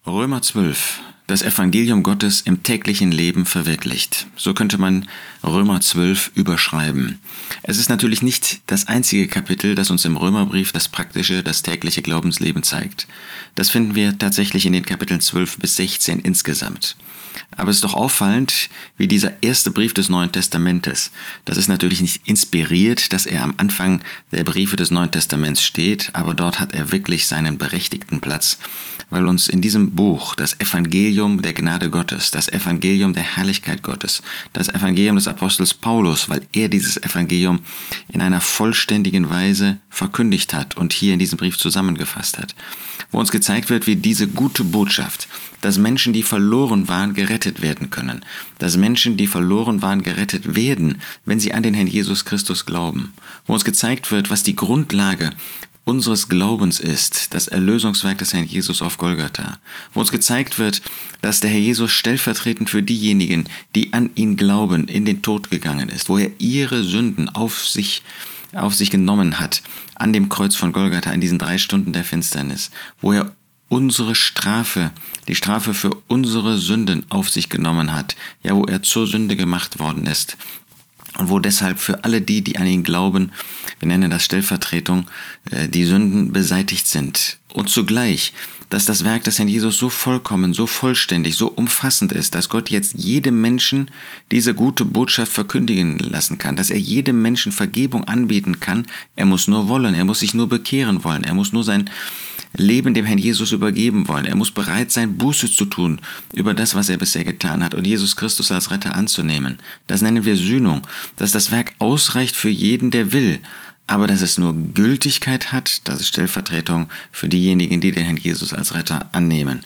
Römer 12. Das Evangelium Gottes im täglichen Leben verwirklicht. So könnte man Römer 12 überschreiben. Es ist natürlich nicht das einzige Kapitel, das uns im Römerbrief das praktische, das tägliche Glaubensleben zeigt. Das finden wir tatsächlich in den Kapiteln 12 bis 16 insgesamt. Aber es ist doch auffallend, wie dieser erste Brief des Neuen Testamentes, das ist natürlich nicht inspiriert, dass er am Anfang der Briefe des Neuen Testaments steht, aber dort hat er wirklich seinen berechtigten Platz, weil uns in diesem Buch das Evangelium der Gnade Gottes, das Evangelium der Herrlichkeit Gottes, das Evangelium des Apostels Paulus, weil er dieses Evangelium in einer vollständigen Weise verkündigt hat und hier in diesem Brief zusammengefasst hat, wo uns gezeigt wird, wie diese gute Botschaft, dass Menschen, die verloren waren, gerettet werden können, dass Menschen, die verloren waren, gerettet werden, wenn sie an den Herrn Jesus Christus glauben, wo uns gezeigt wird, was die Grundlage unseres Glaubens ist, das Erlösungswerk des Herrn Jesus auf Golgatha, wo uns gezeigt wird, dass der Herr Jesus stellvertretend für diejenigen, die an ihn glauben, in den Tod gegangen ist, wo er ihre Sünden auf sich genommen hat, an dem Kreuz von Golgatha, in diesen 3 Stunden der Finsternis, wo er unsere Strafe, die Strafe für unsere Sünden auf sich genommen hat, ja, wo er zur Sünde gemacht worden ist. Und wo deshalb für alle die an ihn glauben, wir nennen das Stellvertretung, die Sünden beseitigt sind. Und zugleich, dass das Werk des Herrn Jesus so vollkommen, so vollständig, so umfassend ist, dass Gott jetzt jedem Menschen diese gute Botschaft verkündigen lassen kann, dass er jedem Menschen Vergebung anbieten kann. Er muss nur wollen, er muss sich nur bekehren wollen, er muss nur sein Leben dem Herrn Jesus übergeben wollen. Er muss bereit sein, Buße zu tun über das, was er bisher getan hat und Jesus Christus als Retter anzunehmen. Das nennen wir Sühnung, dass das Werk ausreicht für jeden, der will, aber dass es nur Gültigkeit hat, das ist Stellvertretung für diejenigen, die den Herrn Jesus als Retter annehmen.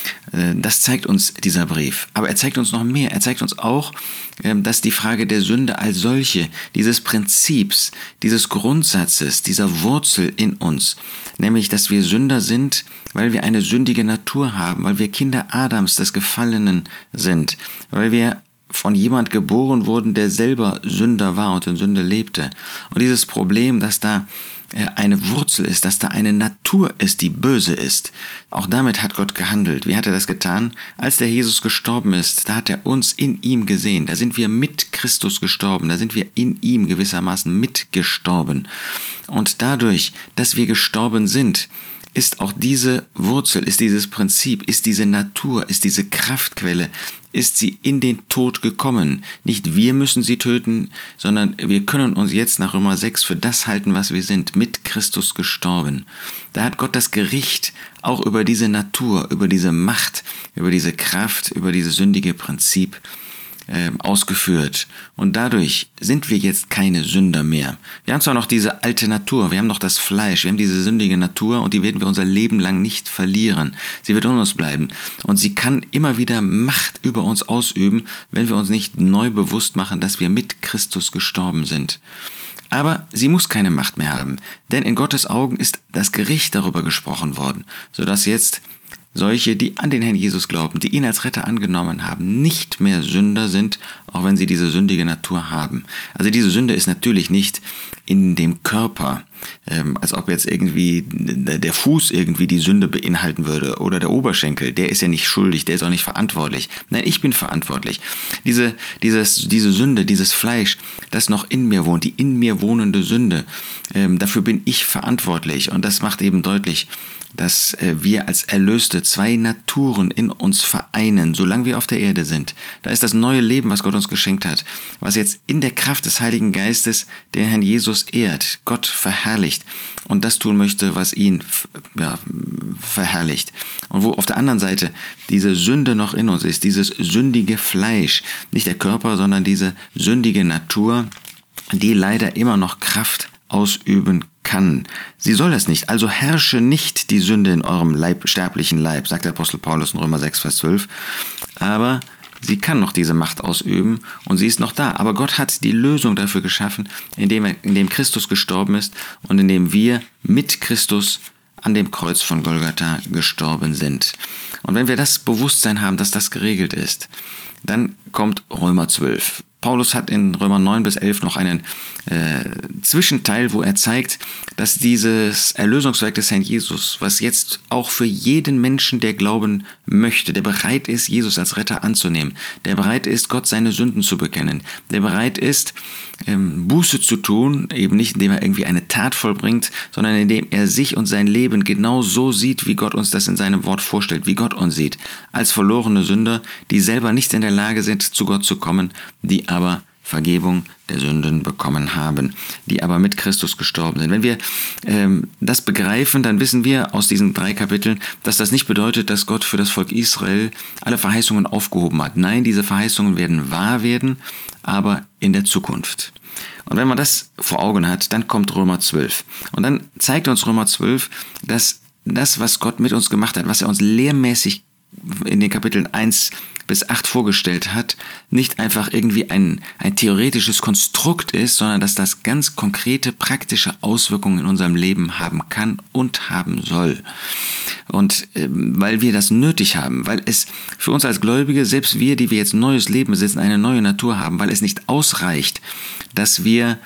Das zeigt uns dieser Brief. Aber er zeigt uns noch mehr. Er zeigt uns auch, dass die Frage der Sünde als solche, dieses Prinzips, dieses Grundsatzes, dieser Wurzel in uns, nämlich, dass wir Sünder sind, weil wir eine sündige Natur haben, weil wir Kinder Adams, des Gefallenen sind, weil wir von jemand geboren wurden, der selber Sünder war und in Sünde lebte. Und dieses Problem, dass da eine Wurzel ist, dass da eine Natur ist, die böse ist, auch damit hat Gott gehandelt. Wie hat er das getan? Als der Jesus gestorben ist, da hat er uns in ihm gesehen. Da sind wir mit Christus gestorben. Da sind wir in ihm gewissermaßen mitgestorben. Und dadurch, dass wir gestorben sind, ist auch diese Wurzel, ist dieses Prinzip, ist diese Natur, ist diese Kraftquelle, ist sie in den Tod gekommen. Nicht wir müssen sie töten, sondern wir können uns jetzt nach Römer 6 für das halten, was wir sind, mit Christus gestorben. Da hat Gott das Gericht auch über diese Natur, über diese Macht, über diese Kraft, über dieses sündige Prinzip ausgeführt. Und dadurch sind wir jetzt keine Sünder mehr. Wir haben zwar noch diese alte Natur, wir haben noch das Fleisch, wir haben diese sündige Natur und die werden wir unser Leben lang nicht verlieren. Sie wird in uns bleiben und sie kann immer wieder Macht über uns ausüben, wenn wir uns nicht neu bewusst machen, dass wir mit Christus gestorben sind. Aber sie muss keine Macht mehr haben, denn in Gottes Augen ist das Gericht darüber gesprochen worden, sodass jetzt solche, die an den Herrn Jesus glauben, die ihn als Retter angenommen haben, nicht mehr Sünder sind, auch wenn sie diese sündige Natur haben. Also diese Sünde ist natürlich nicht in dem Körper, als ob jetzt irgendwie der Fuß irgendwie die Sünde beinhalten würde oder der Oberschenkel, der ist ja nicht schuldig, der ist auch nicht verantwortlich. Nein, ich bin verantwortlich. Diese Sünde, dieses Fleisch, das noch in mir wohnt, die in mir wohnende Sünde, dafür bin ich verantwortlich und das macht eben deutlich, dass wir als Erlöste 2 Naturen in uns vereinen, solange wir auf der Erde sind. Da ist das neue Leben, was Gott uns geschenkt hat, was jetzt in der Kraft des Heiligen Geistes den Herrn Jesus ehrt, Gott verherrlicht und das tun möchte, was ihn verherrlicht. Und wo auf der anderen Seite diese Sünde noch in uns ist, dieses sündige Fleisch, nicht der Körper, sondern diese sündige Natur, die leider immer noch Kraft ausüben kann. Sie soll es nicht, also herrsche nicht die Sünde in eurem sterblichen Leib, sagt der Apostel Paulus in Römer 6, Vers 12. Aber sie kann noch diese Macht ausüben und sie ist noch da. Aber Gott hat die Lösung dafür geschaffen, indem Christus gestorben ist und indem wir mit Christus an dem Kreuz von Golgatha gestorben sind. Und wenn wir das Bewusstsein haben, dass das geregelt ist, dann kommt Römer 12. Paulus hat in Römer 9 bis 11 noch einen Zwischenteil, wo er zeigt, dass dieses Erlösungswerk des Herrn Jesus, was jetzt auch für jeden Menschen, der glauben möchte, der bereit ist, Jesus als Retter anzunehmen, der bereit ist, Gott seine Sünden zu bekennen, der bereit ist, Buße zu tun, eben nicht indem er irgendwie eine Tat vollbringt, sondern indem er sich und sein Leben genau so sieht, wie Gott uns das in seinem Wort vorstellt, wie Gott uns sieht, als verlorene Sünder, die selber nicht in der Lage sind, zu Gott zu kommen, die aber Vergebung der Sünden bekommen haben, die aber mit Christus gestorben sind. Wenn wir das begreifen, dann wissen wir aus diesen 3 Kapiteln, dass das nicht bedeutet, dass Gott für das Volk Israel alle Verheißungen aufgehoben hat. Nein, diese Verheißungen werden wahr werden, aber in der Zukunft. Und wenn man das vor Augen hat, dann kommt Römer 12. Und dann zeigt uns Römer 12, dass das, was Gott mit uns gemacht hat, was er uns lehrmäßig in den Kapiteln 1 bis 8 vorgestellt hat, nicht einfach irgendwie ein theoretisches Konstrukt ist, sondern dass das ganz konkrete, praktische Auswirkungen in unserem Leben haben kann und haben soll. Und weil wir das nötig haben, weil es für uns als Gläubige, selbst wir, die wir jetzt neues Leben besitzen, eine neue Natur haben, weil es nicht ausreicht, dass wir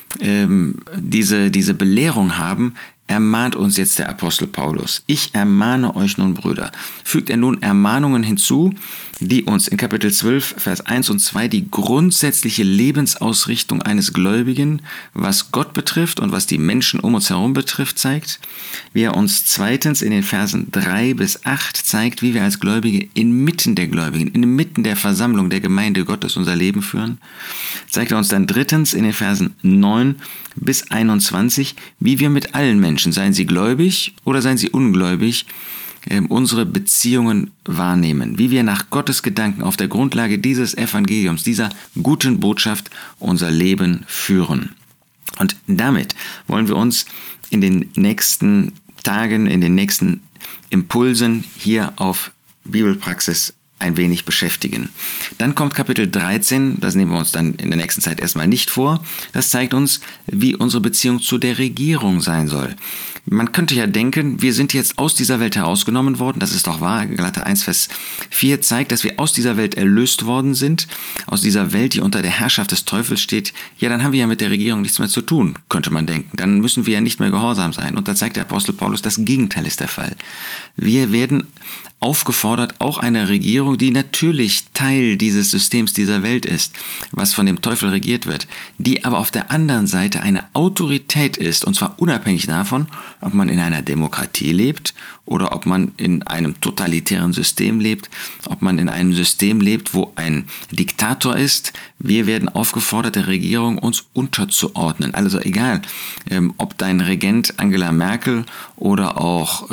diese Belehrung haben, ermahnt uns jetzt der Apostel Paulus. Ich ermahne euch nun, Brüder. Fügt er nun Ermahnungen hinzu, die uns in Kapitel 12, Vers 1 und 2 die grundsätzliche Lebensausrichtung eines Gläubigen, was Gott betrifft und was die Menschen um uns herum betrifft, zeigt. Wie er uns zweitens in den Versen 3 bis 8 zeigt, wie wir als Gläubige inmitten der Gläubigen, inmitten der Versammlung der Gemeinde Gottes unser Leben führen. Zeigt er uns dann drittens in den Versen 9 bis 21, wie wir mit allen Menschen, seien sie gläubig oder seien sie ungläubig, unsere Beziehungen wahrnehmen, wie wir nach Gottes Gedanken auf der Grundlage dieses Evangeliums, dieser guten Botschaft unser Leben führen. Und damit wollen wir uns in den nächsten Tagen, in den nächsten Impulsen hier auf Bibelpraxis ein wenig beschäftigen. Dann kommt Kapitel 13, das nehmen wir uns dann in der nächsten Zeit erstmal nicht vor. Das zeigt uns, wie unsere Beziehung zu der Regierung sein soll. Man könnte ja denken, wir sind jetzt aus dieser Welt herausgenommen worden, das ist doch wahr. Galater 1, Vers 4 zeigt, dass wir aus dieser Welt erlöst worden sind, aus dieser Welt, die unter der Herrschaft des Teufels steht. Ja, dann haben wir ja mit der Regierung nichts mehr zu tun, könnte man denken. Dann müssen wir ja nicht mehr gehorsam sein. Und da zeigt der Apostel Paulus, das Gegenteil ist der Fall. Wir werden aufgefordert, auch eine Regierung, die natürlich Teil dieses Systems dieser Welt ist, was von dem Teufel regiert wird, die aber auf der anderen Seite eine Autorität ist, und zwar unabhängig davon, ob man in einer Demokratie lebt oder ob man in einem totalitären System lebt, ob man in einem System lebt, wo ein Diktator ist. Wir werden aufgefordert, der Regierung uns unterzuordnen. Also egal, ob dein Regent Angela Merkel oder auch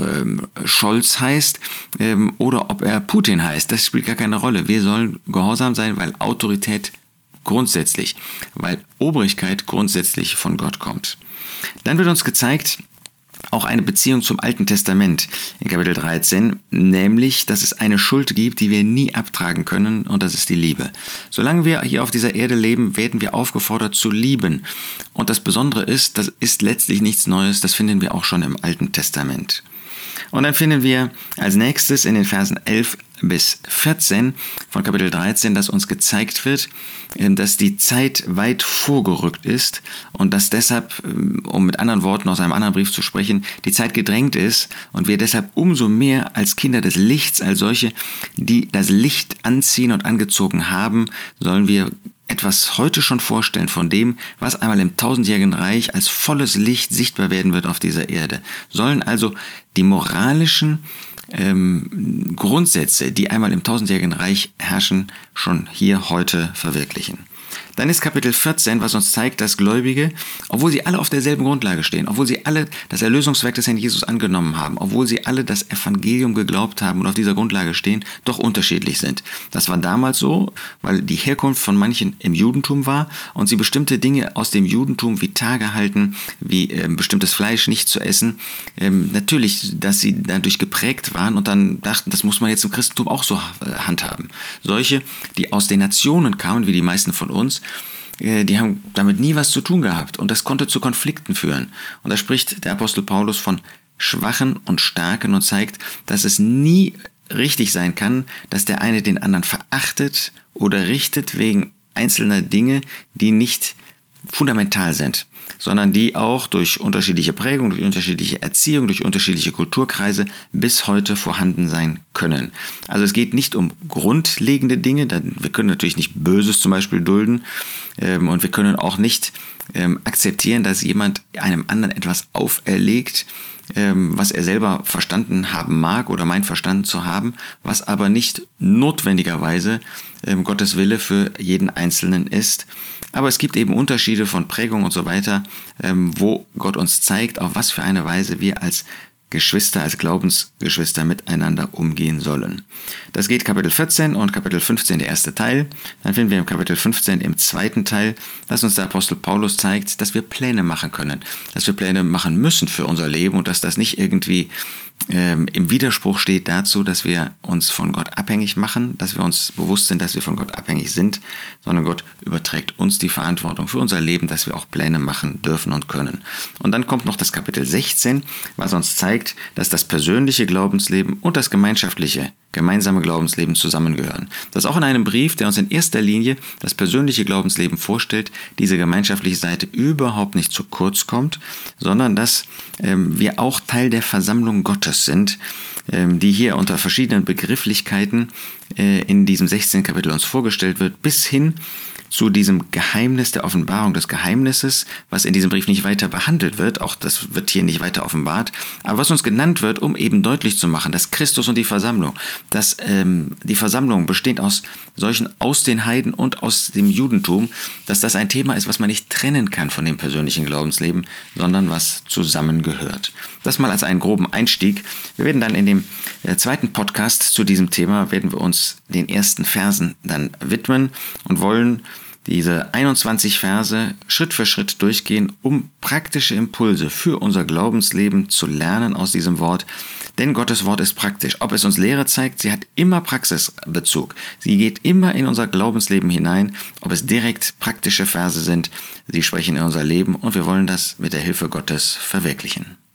Scholz heißt, oder ob er Putin heißt, das spielt gar keine Rolle. Wir sollen gehorsam sein, weil Autorität grundsätzlich, weil Obrigkeit grundsätzlich von Gott kommt. Dann wird uns gezeigt, auch eine Beziehung zum Alten Testament in Kapitel 13, nämlich, dass es eine Schuld gibt, die wir nie abtragen können, und das ist die Liebe. Solange wir hier auf dieser Erde leben, werden wir aufgefordert zu lieben. Und das Besondere ist, das ist letztlich nichts Neues, das finden wir auch schon im Alten Testament. Und dann finden wir als nächstes in den Versen 11 bis 14 von Kapitel 13, dass uns gezeigt wird, dass die Zeit weit vorgerückt ist und dass deshalb, um mit anderen Worten aus einem anderen Brief zu sprechen, die Zeit gedrängt ist und wir deshalb umso mehr als Kinder des Lichts, als solche, die das Licht anziehen und angezogen haben, sollen wir etwas heute schon vorstellen von dem, was einmal im tausendjährigen Reich als volles Licht sichtbar werden wird auf dieser Erde. Sollen also die moralischen Grundsätze, die einmal im tausendjährigen Reich herrschen, schon hier heute verwirklichen. Dann ist Kapitel 14, was uns zeigt, dass Gläubige, obwohl sie alle auf derselben Grundlage stehen, obwohl sie alle das Erlösungswerk des Herrn Jesus angenommen haben, obwohl sie alle das Evangelium geglaubt haben und auf dieser Grundlage stehen, doch unterschiedlich sind. Das war damals so, weil die Herkunft von manchen im Judentum war und sie bestimmte Dinge aus dem Judentum wie Tage halten, wie bestimmtes Fleisch nicht zu essen. Natürlich, dass sie dadurch geprägt waren und dann dachten, das muss man jetzt im Christentum auch so handhaben. Solche, die aus den Nationen kamen, wie die meisten von uns, die haben damit nie was zu tun gehabt und das konnte zu Konflikten führen. Und da spricht der Apostel Paulus von Schwachen und Starken und zeigt, dass es nie richtig sein kann, dass der eine den anderen verachtet oder richtet wegen einzelner Dinge, die nicht fundamental sind, sondern die auch durch unterschiedliche Prägung, durch unterschiedliche Erziehung, durch unterschiedliche Kulturkreise bis heute vorhanden sein können. Also es geht nicht um grundlegende Dinge, wir können natürlich nicht Böses zum Beispiel dulden und wir können auch nicht akzeptieren, dass jemand einem anderen etwas auferlegt, was er selber verstanden haben mag oder meint verstanden zu haben, was aber nicht notwendigerweise Gottes Wille für jeden Einzelnen ist. Aber es gibt eben Unterschiede von Prägung und so weiter, wo Gott uns zeigt, auf was für eine Weise wir als Geschwister, als Glaubensgeschwister miteinander umgehen sollen. Das geht Kapitel 14 und Kapitel 15 der erste Teil. Dann finden wir im Kapitel 15 im zweiten Teil, dass uns der Apostel Paulus zeigt, dass wir Pläne machen können, dass wir Pläne machen müssen für unser Leben und dass das nicht irgendwie im Widerspruch steht dazu, dass wir uns von Gott abhängig machen, dass wir uns bewusst sind, dass wir von Gott abhängig sind, sondern Gott überträgt uns die Verantwortung für unser Leben, dass wir auch Pläne machen dürfen und können. Und dann kommt noch das Kapitel 16, was uns zeigt, dass das persönliche Glaubensleben und das gemeinsame Glaubensleben zusammengehören. Das ist auch in einem Brief, der uns in erster Linie das persönliche Glaubensleben vorstellt, diese gemeinschaftliche Seite überhaupt nicht zu kurz kommt, sondern dass wir auch Teil der Versammlung Gottes sind, die hier unter verschiedenen Begrifflichkeiten in diesem 16. Kapitel uns vorgestellt wird, bis hin zu diesem Geheimnis der Offenbarung des Geheimnisses, was in diesem Brief nicht weiter behandelt wird, auch das wird hier nicht weiter offenbart, aber was uns genannt wird, um eben deutlich zu machen, dass Christus und die Versammlung, dass die Versammlung besteht aus solchen aus den Heiden und aus dem Judentum, dass das ein Thema ist, was man nicht trennen kann von dem persönlichen Glaubensleben, sondern was zusammengehört. Das mal als einen groben Einstieg. Wir werden dann in dem zweiten Podcast zu diesem Thema, werden wir uns den ersten Versen dann widmen und wollen diese 21 Verse Schritt für Schritt durchgehen, um praktische Impulse für unser Glaubensleben zu lernen aus diesem Wort. Denn Gottes Wort ist praktisch. Ob es uns Lehre zeigt, sie hat immer Praxisbezug. Sie geht immer in unser Glaubensleben hinein, ob es direkt praktische Verse sind. Sie sprechen in unser Leben und wir wollen das mit der Hilfe Gottes verwirklichen.